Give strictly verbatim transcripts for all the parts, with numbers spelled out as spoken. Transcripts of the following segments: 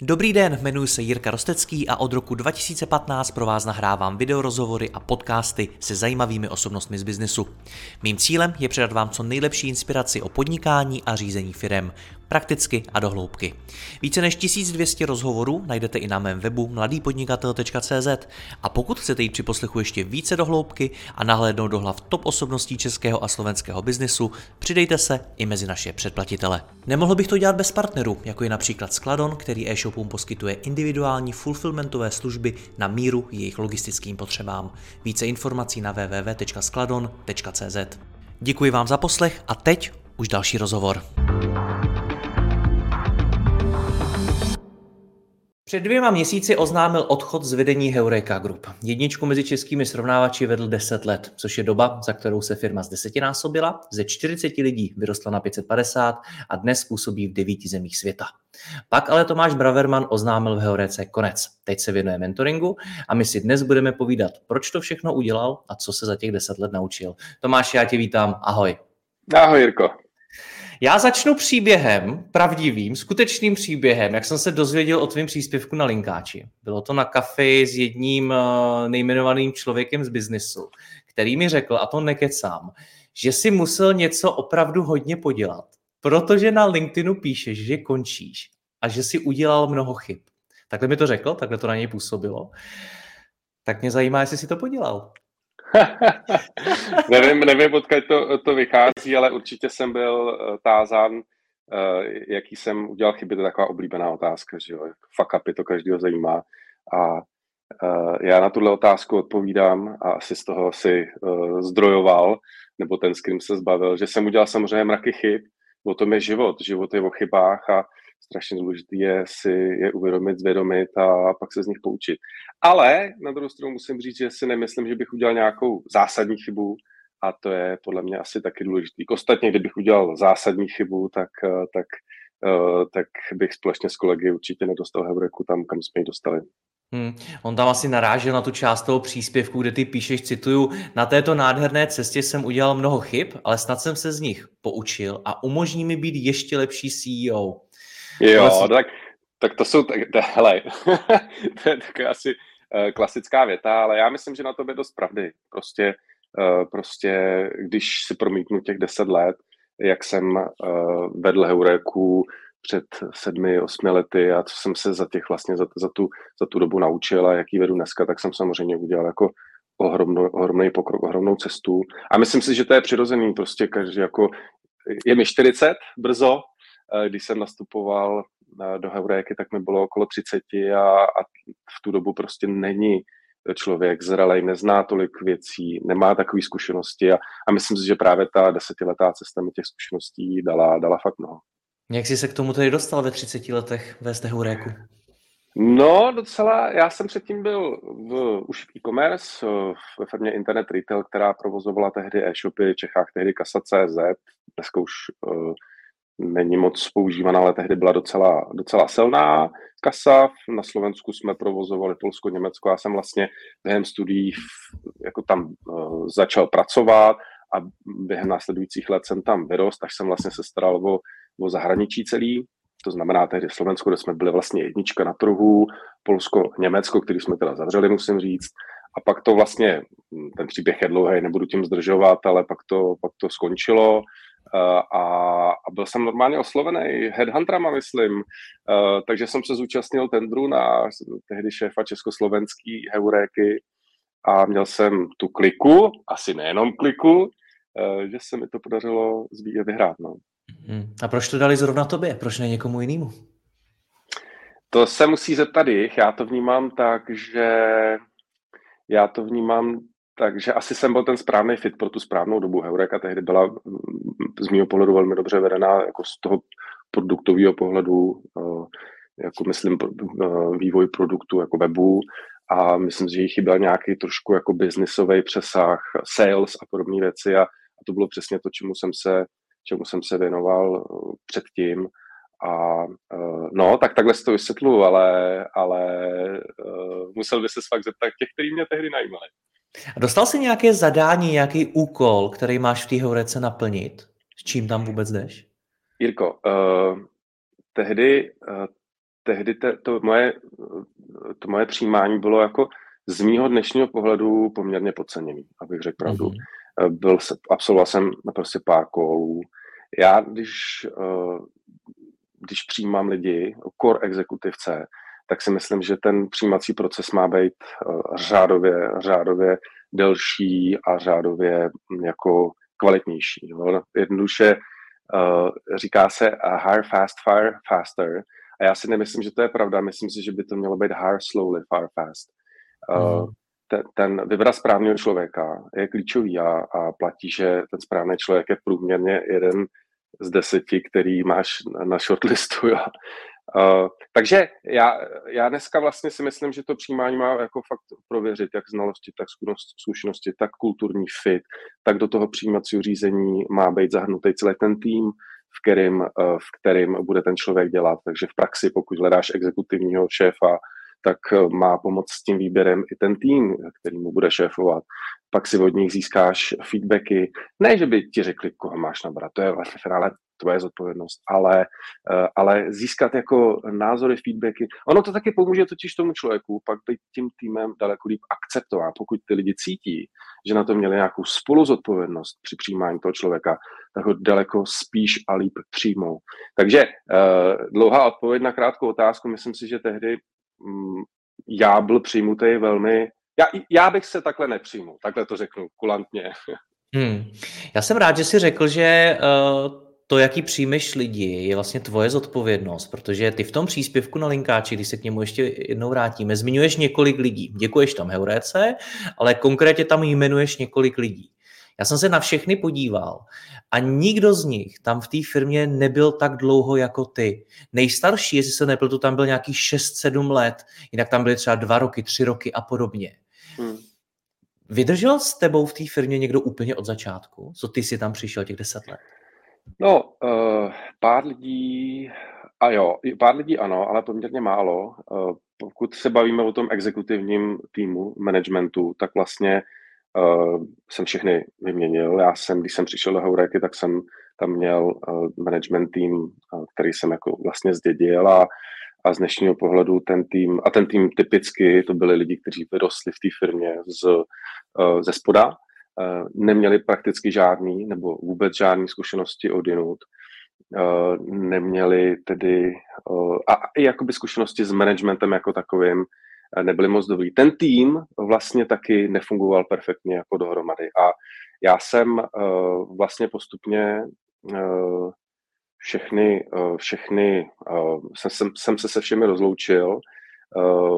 Dobrý den, jmenuji se Jirka Rostecký a od roku dva tisíce patnáct pro vás nahrávám videorozhovory a podcasty se zajímavými osobnostmi z biznesu. Mým cílem je předat vám co nejlepší inspiraci o podnikání a řízení firem, prakticky a do hloubky. Více než tisíc dvě stě rozhovorů najdete i na mém webu mladý podnikatel tečka cé zet a pokud chcete jít při poslechu ještě více do hloubky a nahlédnout do hlav top osobností českého a slovenského biznesu, přidejte se i mezi naše předplatitele. Nemohl bych to dělat bez partnerů, jako je například Skladon, který e-shopům poskytuje individuální fulfillmentové služby na míru jejich logistickým potřebám. Více informací na w w w tečka skladon tečka cé zet. Děkuji vám za poslech a teď už další rozhovor. Před dvěma měsíci oznámil odchod z vedení Heureka Group. Jedničku mezi českými srovnávači vedl deset let, což je doba, za kterou se firma zdesetinásobila, ze čtyřicet lidí vyrostla na pět set padesát a dnes působí v devíti zemích světa. Pak ale Tomáš Braverman oznámil v Heurece konec. Teď se věnuje mentoringu a my si dnes budeme povídat, proč to všechno udělal a co se za těch deset let naučil. Tomáš, já tě vítám, ahoj. Ahoj, Jirko. Já začnu příběhem, pravdivým, skutečným příběhem, jak jsem se dozvěděl o tvém příspěvku na Linkáči. Bylo to na kafi s jedním nejmenovaným člověkem z biznesu, který mi řekl, a to nekecám, že si musel něco opravdu hodně podělat, protože na LinkedInu píšeš, že končíš a že si udělal mnoho chyb. Takhle mi to řekl, takhle to na něj působilo. Tak mě zajímá, jestli si to podělal. nevím, nevím, odkud to, to vychází, ale určitě jsem byl tázán, jaký jsem udělal chyby, to je taková oblíbená otázka, že jo, fuck upy, to každého zajímá. A já na tuhle otázku odpovídám a asi z toho si zdrojoval, nebo ten, s kterým se zbavil, že jsem udělal samozřejmě mraky chyb, o tom je život, život je o chybách a strašně důležité je si je uvědomit, zvědomit a pak se z nich poučit. Ale na druhou stranu musím říct, že si nemyslím, že bych udělal nějakou zásadní chybu a to je podle mě asi taky důležitý. Ostatně, kdybych udělal zásadní chybu, tak, tak, tak bych společně s kolegy určitě nedostal Heureku tam, kam jsme ji dostali. Hmm. On tam asi narážel na tu část toho příspěvku, kde ty píšeš, cituju, na této nádherné cestě jsem udělal mnoho chyb, ale snad jsem se z nich poučil a umožní mi být ještě lepší C E O. Jo, si... tak, tak to jsou, tak, hele, to je taková asi uh, klasická věta, ale já myslím, že na to je dost pravdy. Prostě, uh, prostě, když si promítnu těch deset let, jak jsem uh, vedl Heureku před sedmi, osmi lety a co jsem se za těch vlastně za, za, tu, za tu dobu naučil a jaký vedu dneska, tak jsem samozřejmě udělal jako ohromnou, ohromný pokrok, ohromnou cestu. A myslím si, že to je přirozený, prostě každý jako, je mi čtyřicet brzo, když jsem nastupoval do Heureky, tak mi bylo okolo třicet a, a v tu dobu prostě není člověk zralej, nezná tolik věcí, nemá takové zkušenosti a, a myslím si, že právě ta desetiletá cesta mi těch zkušeností dala, dala fakt mnoho. Jak jsi se k tomu tedy dostal ve třiceti letech vést Heureku? No docela, já jsem předtím byl v, už v e-commerce, ve firmě Internet Retail, která provozovala tehdy e-shopy v Čechách, tehdy Kasa tečka cé zet, dneska už uh, není moc používaná, ale tehdy byla docela, docela silná kasa. Na Slovensku jsme provozovali Polsko, Německo. Já jsem vlastně během studií jako tam uh, začal pracovat a během následujících let jsem tam vyrost, až jsem vlastně se staral o, o zahraničí celý. To znamená tehdy Slovensko, kde jsme byli vlastně jednička na trhu, Polsko, Německo, který jsme teda zavřeli, musím říct. A pak to vlastně, ten příběh je dlouhý, nebudu tím zdržovat, ale pak to, pak to skončilo. Uh, a, a byl jsem normálně oslovený headhunterama, myslím, uh, takže jsem se zúčastnil tendru na tehdy šéfa československý Heuréky a měl jsem tu kliku, asi nejenom kliku, uh, že se mi to podařilo zbýt vyhrát. No. Hmm. A proč to dali zrovna tobě? Proč ne někomu jinému? To se musí zeptat jich, já to vnímám tak, že já to vnímám Takže asi jsem byl ten správný fit pro tu správnou dobu. Heureka tehdy byla z mého pohledu velmi dobře vedená jako z toho produktového pohledu, jako myslím vývoj produktu jako webu a myslím si, že jí chyběl nějaký trošku jako biznisový přesah, sales a podobné věci a, a to bylo přesně to, čemu jsem se, čemu jsem se věnoval předtím. A no, tak takhle si to vysvětluju, ale, ale uh, musel by se fakt zeptat těch, kteří mě tehdy najímali. A dostal jsi nějaké zadání, nějaký úkol, který máš v té Heurece naplnit? S čím tam vůbec jdeš? Jirko, uh, tehdy uh, tehdy te, to, moje, to moje přijímání bylo jako z mýho dnešního pohledu poměrně podceněný, abych řekl pravdu. Mm-hmm. Byl, absolvoval jsem prostě pár kolů. Já, když, když přijímám lidi, core exekutivce, tak si myslím, že ten přijímací proces má být řádově, řádově delší a řádově jako kvalitnější. Jo? Jednoduše uh, říká se hire fast, fire faster a já si nemyslím, že to je pravda. Myslím si, že by to mělo být hire slowly, fire fast. Uh, mm. ten, ten vybrat správného člověka je klíčový a, a platí, že ten správný člověk je průměrně jeden z deseti, který máš na shortlistu. Jo? Uh, takže já, já dneska vlastně si myslím, že to přijímání má jako fakt prověřit, jak znalosti, tak zkušenosti, tak kulturní fit, tak do toho přijímacího řízení má být zahrnutý celý ten tým, v kterým, uh, v kterým bude ten člověk dělat. Takže v praxi, pokud hledáš exekutivního šéfa, tak má pomoct s tím výběrem i ten tým, který mu bude šéfovat. Pak si od nich získáš feedbacky. Ne, že by ti řekli, koho máš nabrat, to je vlastně finále tvoje zodpovědnost, ale, ale získat jako názory, feedbacky. Ono to taky pomůže totiž tomu člověku pak být tím týmem daleko líp akceptován. Pokud ty lidi cítí, že na to měli nějakou spoluzodpovědnost při přijímání toho člověka, tak ho daleko spíš a líp přijmou. Takže uh, dlouhá odpověď na krátkou otázku. Myslím si, že tehdy um, já byl přijmutý velmi... Já, já bych se takhle nepřijmul, takhle to řeknu kulantně. Hmm. Já jsem rád, že jsi řekl, že uh, to, jaký přijmeš lidi, je vlastně tvoje zodpovědnost, protože ty v tom příspěvku na linkáči, když se k němu ještě jednou vrátíme, zmiňuješ několik lidí. Děkuješ tam Heuréce, ale konkrétně tam jmenuješ několik lidí. Já jsem se na všechny podíval a nikdo z nich tam v té firmě nebyl tak dlouho jako ty. Nejstarší, jestli se nepletu, tam byl nějakých šest sedm let, jinak tam byly třeba dva roky, tři roky a podobně. Hmm. Vydržel s tebou v té firmě někdo úplně od začátku? Co ty jsi tam přišel těch deset let? No, uh, pár lidí, a jo, pár lidí ano, ale poměrně málo. Uh, pokud se bavíme o tom exekutivním týmu, managementu, tak vlastně uh, jsem všechny vyměnil. Já jsem, když jsem přišel do Heuréky, tak jsem tam měl uh, management tým, uh, který jsem jako vlastně zdědil a, a z dnešního pohledu ten tým, a ten tým typicky, to byli lidi, kteří vyrostli v té firmě z, uh, ze spoda, Uh, neměli prakticky žádný nebo vůbec žádný zkušenosti odinut. Uh, neměli tedy uh, a i jakoby zkušenosti s managementem jako takovým uh, nebyly moc dobrý. Ten tým vlastně taky nefungoval perfektně jako dohromady a já jsem uh, vlastně postupně uh, všechny, uh, všechny uh, jsem, jsem, jsem se se všemi rozloučil uh,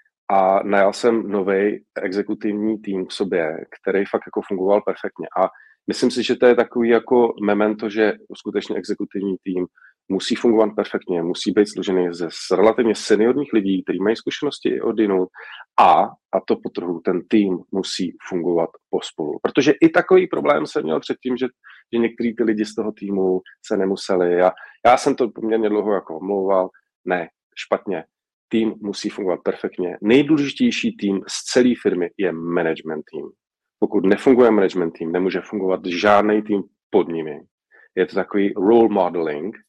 a najal jsem nový exekutivní tým k sobě, který fakt jako fungoval perfektně. A myslím si, že to je takový jako memento, že skutečně exekutivní tým musí fungovat perfektně, musí být složený ze relativně seniorních lidí, kteří mají zkušenosti odinut a, a to podtrhu, ten tým musí fungovat pospolu. Protože i takový problém jsem měl předtím, že, že některý ty lidi z toho týmu se nemuseli. A já jsem to poměrně dlouho jako omlouval. Ne, špatně. Tým musí fungovat perfektně. Nejdůležitější tým z celé firmy je management tým. Pokud nefunguje management tým, nemůže fungovat žádný tým pod nimi. Je to takový role modeling.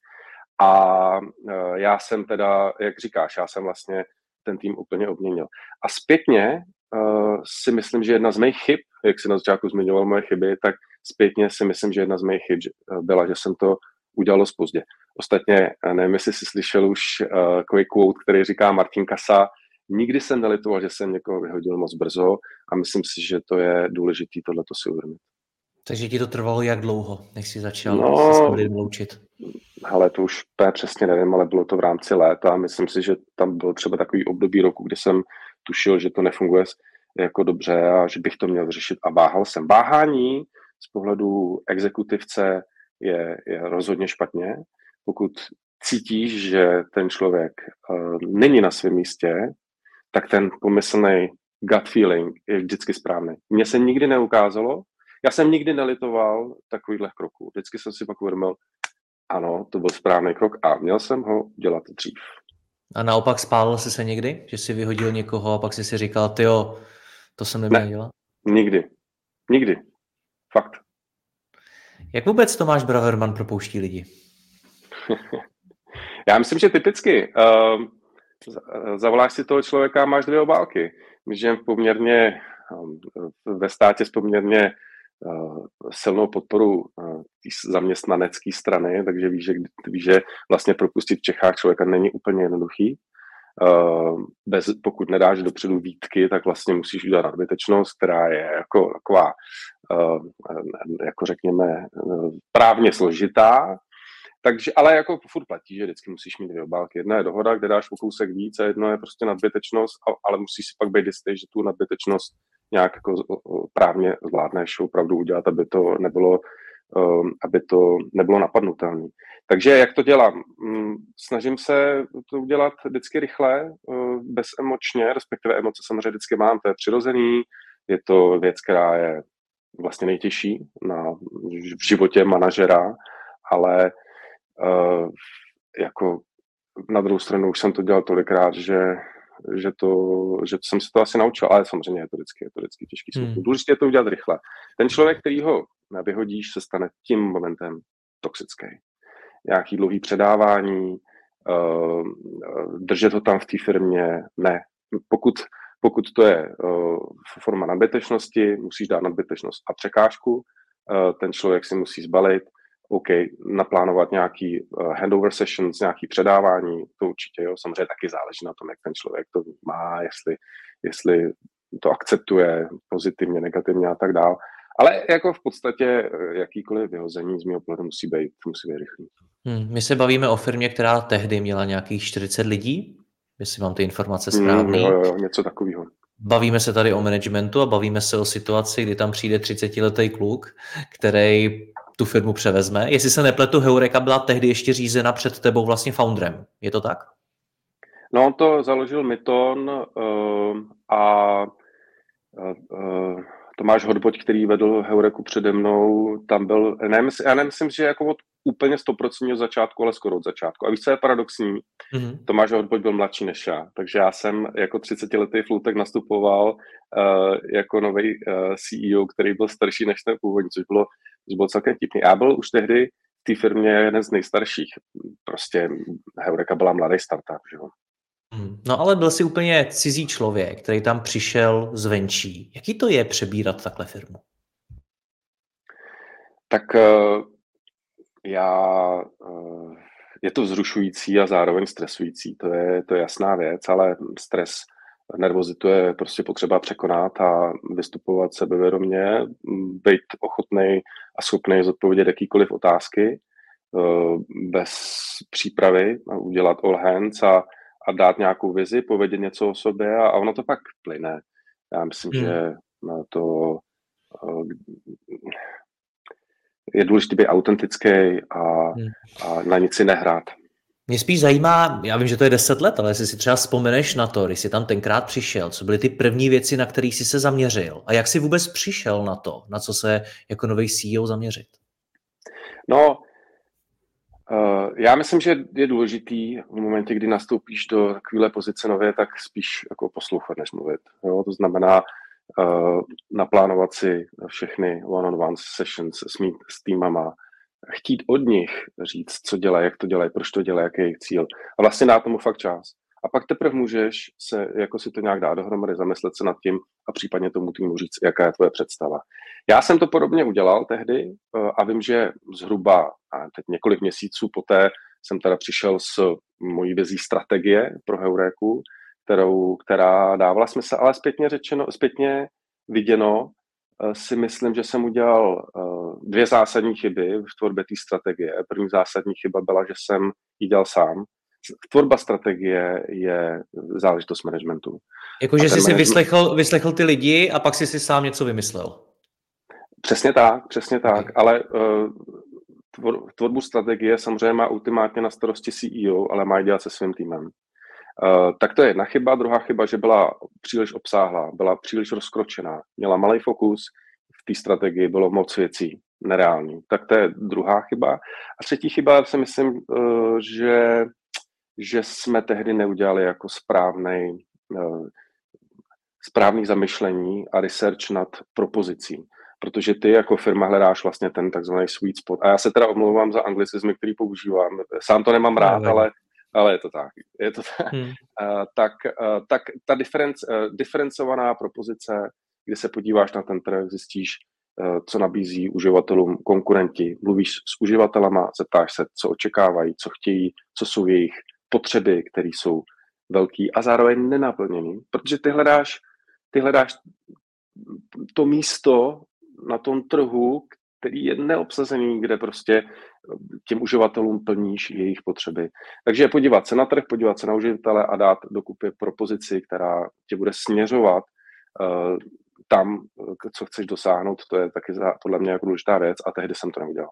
A uh, já jsem teda, jak říkáš, já jsem vlastně ten tým úplně obměnil. A zpětně uh, si myslím, že jedna z mých chyb, jak si na začátku zmiňoval moje chyby, tak zpětně si myslím, že jedna z mých chyb byla, že jsem to udělalo pozdě. Ostatně, nevím, jestli jsi slyšel už uh, takový quote, který říká Martin Kasa, nikdy jsem nelitoval, že jsem někoho vyhodil moc brzo a myslím si, že to je důležitý tohleto si uvědomit. Takže ti to trvalo jak dlouho, než jsi začal no, se s tím lidem loučit? Hele, to už přesně nevím, ale bylo to v rámci léta. Myslím si, že tam bylo třeba takový období roku, kdy jsem tušil, že to nefunguje jako dobře a že bych to měl vyřešit a váhal jsem. Váhání z pohledu exekutivce je, je rozhodně špatně. Pokud cítíš, že ten člověk uh, není na svém místě, tak ten pomyslný gut feeling je vždycky správný. Mně se nikdy neukázalo, já jsem nikdy nelitoval takovýchhle kroků. Vždycky jsem si pak uvědomil, ano, to byl správný krok a měl jsem ho dělat dřív. A naopak spálil jsi se někdy? Že jsi vyhodil někoho a pak jsi si říkal, tyjo, to jsem neměl ne, dělat? Nikdy. Nikdy. Fakt. Jak vůbec Tomáš Braverman propouští lidi? Já myslím, že typicky uh, zavoláš si toho člověka a máš dvě obálky. My žijeme poměrně ve státě s poměrně silnou podporu zaměstnanecké strany, takže víš, že, víš, že vlastně propustit v Čechách člověka není úplně jednoduchý. Bez, pokud nedáš dopředu výtky, tak vlastně musíš udělat nadbytečnost, která je jako taková, jako řekněme, právně složitá. Takže, ale jako furt platí, že vždycky musíš mít dvě obálky. Jedna je dohoda, kde dáš o kousek víc a jedno je prostě nadbytečnost, ale musíš si pak být jistý, že tu nadbytečnost nějak jako právně zvládneš opravdu udělat, aby to nebylo, aby to nebylo napadnutelné. Takže jak to dělám? Snažím se to udělat vždycky rychle, bezemočně, respektive emoce samozřejmě vždycky mám, to je přirozený, je to věc, která je vlastně nejtěžší na, v životě manažera, ale uh, jako na druhou stranu už jsem to dělal tolikrát, že, že, to, že jsem se to asi naučil, ale samozřejmě je to vždycky, je to vždycky těžký smutný. Hmm. Důležité je to udělat rychle. Ten člověk, který ho vyhodíš, se stane tím momentem toxický. Nějaký dlouhý předávání, uh, držet ho tam v té firmě, ne. Pokud, pokud to je uh, forma nadbytečnosti, musíš dát nadbytečnost a překážku, uh, ten člověk si musí zbalit, OK, naplánovat nějaký uh, handover sessions, nějaký předávání, to určitě, jo, samozřejmě taky záleží na tom, jak ten člověk to má, jestli, jestli to akceptuje pozitivně, negativně a tak dále. Ale jako v podstatě jakýkoliv vyhození z mého pohledu musí být, musí být rychlý. Hmm, my se bavíme o firmě, která tehdy měla nějakých čtyřicet lidí, jestli mám ty informace správný. Hmm, jo, jo, něco takového. Bavíme se tady o managementu a bavíme se o situaci, kdy tam přijde třicetiletý kluk, který tu firmu převezme. Jestli se nepletu, Heureka byla tehdy ještě řízena před tebou vlastně founderem. Je to tak? No, on to založil Myton uh, a uh, uh, Tomáš Hodboť, který vedl Heureku přede mnou, tam byl, nemysl, já nemyslím, že jako od úplně sto procent začátku, ale skoro od začátku. A víš, co je paradoxní? Mm-hmm. Tomáš Hodboť byl mladší než já, takže já jsem jako třicetiletý flutek nastupoval uh, jako nový uh, C E O, který byl starší než ten původní, což bylo, což bylo celkem tipný. Já byl už tehdy v té firmě jeden z nejstarších. Prostě Heureka byla mladý startup, že jo. No ale byl jsi úplně cizí člověk, který tam přišel zvenčí. Jaký to je přebírat takhle firmu? Tak uh, já... Uh, je to vzrušující a zároveň stresující. To je, to je jasná věc, ale stres, nervozitu je prostě potřeba překonat a vystupovat sebevědomě, být ochotnej a schopnej zodpovědět jakýkoliv otázky uh, bez přípravy a udělat all hands a a dát nějakou vizi, povědět něco o sobě a, a ono to pak plyne. Já myslím, hmm. že to je důležité být autentický a, hmm. a na nic si nehrát. Mě spíš zajímá, já vím, že to je deset let, ale jestli si třeba vzpomeneš na to, když jsi tam tenkrát přišel, co byly ty první věci, na které jsi se zaměřil a jak jsi vůbec přišel na to, na co se jako nový C E O zaměřit? No, Uh, já myslím, že je důležitý v momentě, kdy nastoupíš do takovéhle pozice nově, tak spíš jako poslouchat, než mluvit. Jo? To znamená uh, naplánovat si všechny one-on-one sessions s, mý, s týmama, chtít od nich říct, co dělají, jak to dělají, proč to dělají, jaký je jejich cíl. A vlastně dát tomu fakt čas. A pak teprve můžeš se, jako si to nějak dát dohromady, zamyslet se nad tím a případně tomu týmu říct, jaká je tvoje představa. Já jsem to podobně udělal tehdy a vím, že zhruba teď několik měsíců poté jsem teda přišel s mojí vizí strategie pro Heureku, kterou, která dávala smysl, ale zpětně řečeno, zpětně viděno si myslím, že jsem udělal dvě zásadní chyby v tvorbě té strategie. První zásadní chyba byla, že jsem ji dělal sám. Tvorba strategie je záležitost managementu. Jakože jsi management... si vyslechl, vyslechl ty lidi a pak jsi si sám něco vymyslel. Přesně tak, přesně tak, okay. Ale uh, tvor, tvorbu strategie samozřejmě má ultimátně na starosti C E O, ale má ji dělat se svým týmem. Uh, tak to je jedna chyba. Druhá chyba, že byla příliš obsáhlá, byla příliš rozkročená, měla malý fokus, v té strategii bylo moc věcí, nereální. Tak to je druhá chyba. A třetí chyba, si myslím, uh, že že jsme tehdy neudělali jako správnej, uh, správný zamyšlení a research nad propozicí. Protože ty jako firma hledáš vlastně ten takzvaný sweet spot. A já se teda omlouvám za anglicizmy, který používám. Sám to nemám rád, ale, ale je to tak. Je to tak. Hmm. Uh, tak, uh, tak ta diferenc, uh, diferencovaná propozice, kde se podíváš na ten trh, zjistíš, uh, co nabízí uživatelům konkurenti, mluvíš s uživatelama, zeptáš se, co očekávají, co chtějí, co jsou jejich potřeby, které jsou velký a zároveň nenaplněný, protože ty hledáš, ty hledáš to místo na tom trhu, který je neobsazený, kde prostě těm uživatelům plníš jejich potřeby. Takže podívat se na trh, podívat se na uživatele a dát dokupy propozici, která tě bude směřovat uh, tam, co chceš dosáhnout, to je taky podle mě jako důležitá věc a tehdy jsem to neudělal.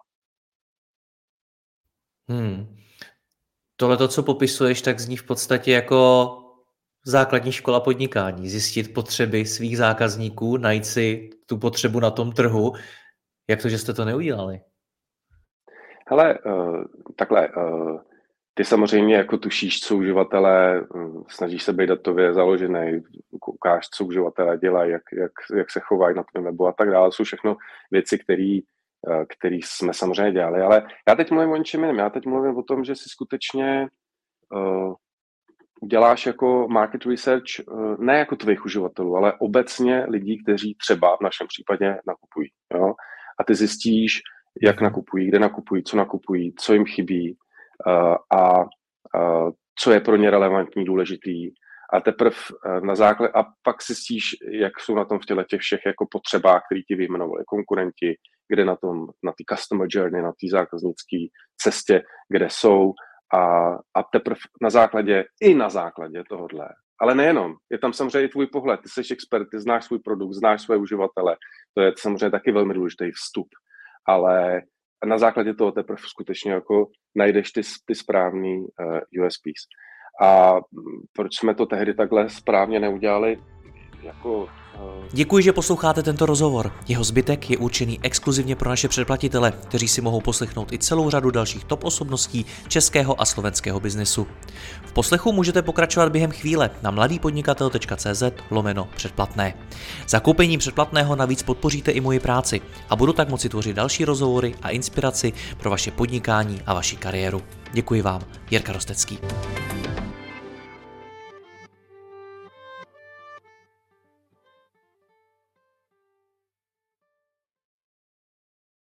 Hmm. Tohle, co popisuješ, tak zní v podstatě jako základní škola podnikání. Zjistit potřeby svých zákazníků, najít si tu potřebu na tom trhu. Jak to, že jste to neudělali? Hele, uh, takhle, uh, ty samozřejmě jako tušíš, co uživatelé, uh, snažíš se být datově založený, koukáš, co uživatelé dělají, jak, jak, jak se chovají na tom webu a tak dále. Jsou všechno věci, které který jsme samozřejmě dělali, ale já teď mluvím o něčem jiném. Já teď mluvím o tom, že si skutečně uh, děláš jako market research uh, ne jako tvých uživatelů, ale obecně lidí, kteří třeba v našem případě nakupují. Jo? A ty zjistíš, jak nakupují, kde nakupují, co nakupují, co jim chybí uh, a uh, co je pro ně relevantní, důležitý. A teprve uh, na základě, a pak zjistíš, jak jsou na tom v těle těch všech jako potřebách, které ti vyjmenovali konkurenti, kde na tom, na té customer journey, na té zákaznické cestě, kde jsou a, a teprve na základě, i na základě tohohle. Ale nejenom, je tam samozřejmě i tvůj pohled, ty jsi expert, ty znáš svůj produkt, znáš své uživatele, to je samozřejmě taky velmi důležitý vstup, ale na základě toho teprve skutečně jako najdeš ty, ty správný uh, U S Ps. A proč jsme to tehdy takhle správně neudělali, jako... Děkuji, že posloucháte tento rozhovor. Jeho zbytek je určený exkluzivně pro naše předplatitele, kteří si mohou poslechnout i celou řadu dalších top osobností českého a slovenského biznesu. V poslechu můžete pokračovat během chvíle na mladýpodnikatel tečka cé zet lomeno předplatné. Zakoupením předplatného navíc podpoříte i moji práci a budu tak moci tvořit další rozhovory a inspiraci pro vaše podnikání a vaši kariéru. Děkuji vám, Jirka Rostecký.